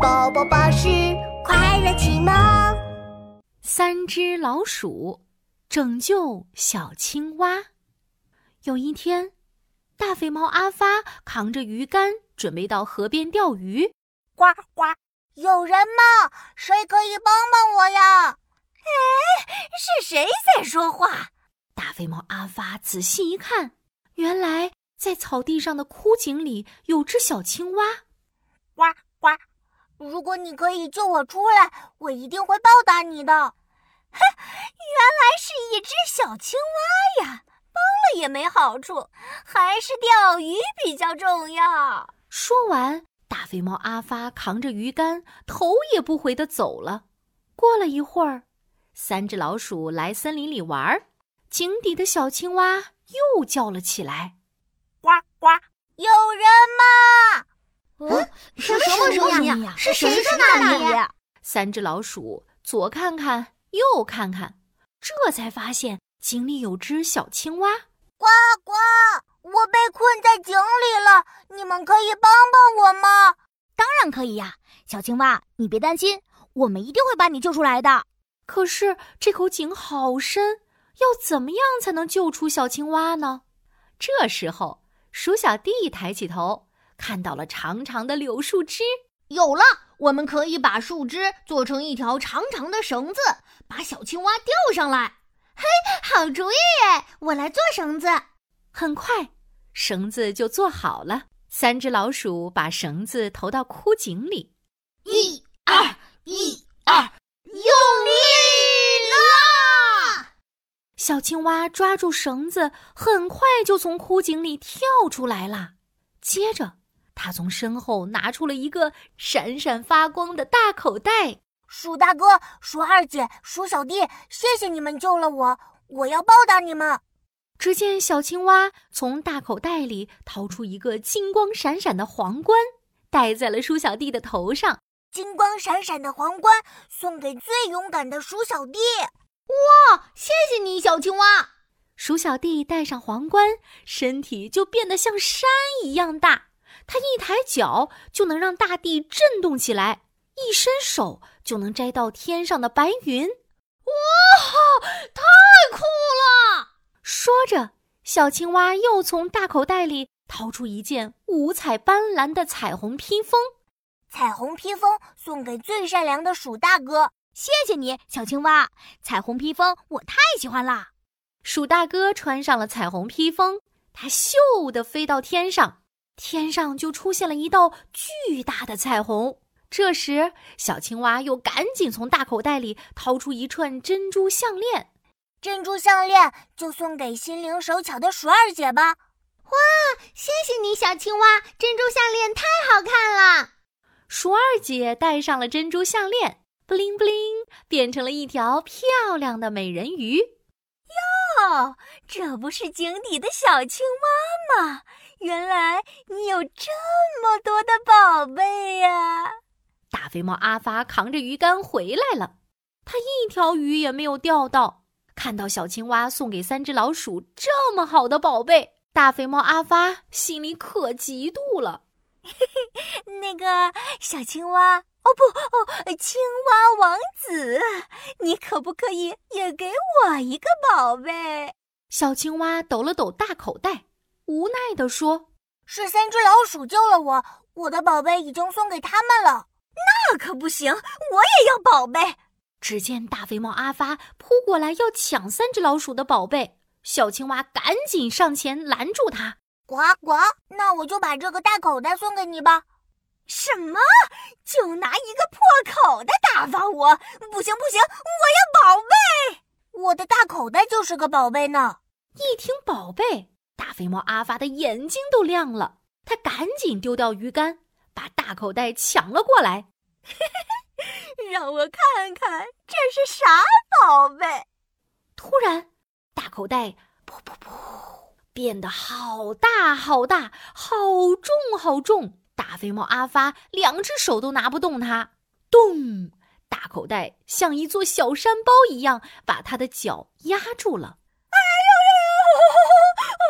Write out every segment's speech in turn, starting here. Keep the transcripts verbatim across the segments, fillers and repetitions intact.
宝宝巴士快乐启蒙。 三只老鼠拯救小青蛙。有一天，大肥猫阿发扛着鱼竿准备到河边钓鱼。 呱呱，有人吗？谁可以帮帮我呀？ 哎，是谁在说话？ 大肥猫阿发仔细一看，原来在草地上的枯井里有只小青蛙。 呱呱，如果你可以救我出来，我一定会报答你的。 哼，原来是一只小青蛙呀，帮了也没好处，还是钓鱼比较重要。 说完，大肥猫阿发扛着鱼竿，头也不回地走了。过了一会儿，三只老鼠来森林里玩，井底的小青蛙又叫了起来： 呱呱，有人吗？ 嗯，是什么声音呀？是谁在那里？ 三只老鼠左看看右看看，这才发现井里有只小青蛙。 呱呱，我被困在井里了，你们可以帮帮我吗？ 当然可以呀，小青蛙，你别担心，我们一定会把你救出来的。 可是这口井好深，要怎么样才能救出小青蛙呢？这时候，鼠小弟抬起头，看到了长长的柳树枝。 有了，我们可以把树枝做成一条长长的绳子，把小青蛙吊上来。 嘿，好主意耶！我来做绳子。 很快，绳子就做好了。三只老鼠把绳子投到枯井里， 一二一二，用力啦！ 小青蛙抓住绳子，很快就从枯井里跳出来了。接着，他从身后拿出了一个闪闪发光的大口袋。 鼠大哥、鼠二姐、鼠小弟，谢谢你们救了我，我要报答你们。 只见小青蛙从大口袋里掏出一个金光闪闪的皇冠，戴在了鼠小弟的头上。 金光闪闪的皇冠送给最勇敢的鼠小弟。 哇，谢谢你，小青蛙。 鼠小弟戴上皇冠，身体就变得像山一样大。他一抬脚就能让大地震动起来，一伸手就能摘到天上的白云。 哇，太酷了！ 说着，小青蛙又从大口袋里掏出一件五彩斑斓的彩虹披风。 彩虹披风送给最善良的鼠大哥。 谢谢你，小青蛙，彩虹披风我太喜欢啦。 鼠大哥穿上了彩虹披风，他咻地飞到天上，天上就出现了一道巨大的彩虹。这时，小青蛙又赶紧从大口袋里掏出一串珍珠项链。 珍珠项链就送给心灵手巧的鼠二姐吧。 哇，谢谢你，小青蛙，珍珠项链太好看了。 鼠二姐戴上了珍珠项链，布灵布灵，变成了一条漂亮的美人鱼。 哟，这不是井底的小青蛙吗？原来你有这么多的宝贝呀！ 大肥猫阿发扛着鱼竿回来了，他一条鱼也没有钓到。看到小青蛙送给三只老鼠这么好的宝贝，大肥猫阿发心里可嫉妒了。 那个小青蛙，哦不哦，青蛙王子，你可不可以也给我一个宝贝？ 小青蛙抖了抖大口袋，无奈地说： 是三只老鼠救了我，我的宝贝已经送给他们了。 那可不行，我也要宝贝。 只见大肥猫阿发扑过来要抢三只老鼠的宝贝，小青蛙赶紧上前拦住他。 呱呱，那我就把这个大口袋送给你吧。 什么？就拿一个破口袋打发我？不行不行，我要宝贝！ 我的大口袋就是个宝贝呢。 一听宝贝，大肥猫阿发的眼睛都亮了，他赶紧丢掉鱼竿，把大口袋抢了过来。 让我看看这是啥宝贝。 突然，大口袋噗噗噗变得好大好大，好重好重，大肥猫阿发两只手都拿不动它。咚！大口袋像一座小山包一样，把他的脚压住了。 哎呦哎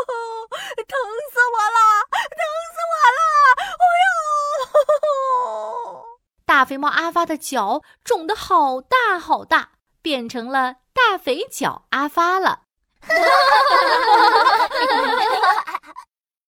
呦！疼死我了！疼死我了！哎呦！ 大肥猫阿发的脚肿得好大好大，变成了大肥脚阿发了。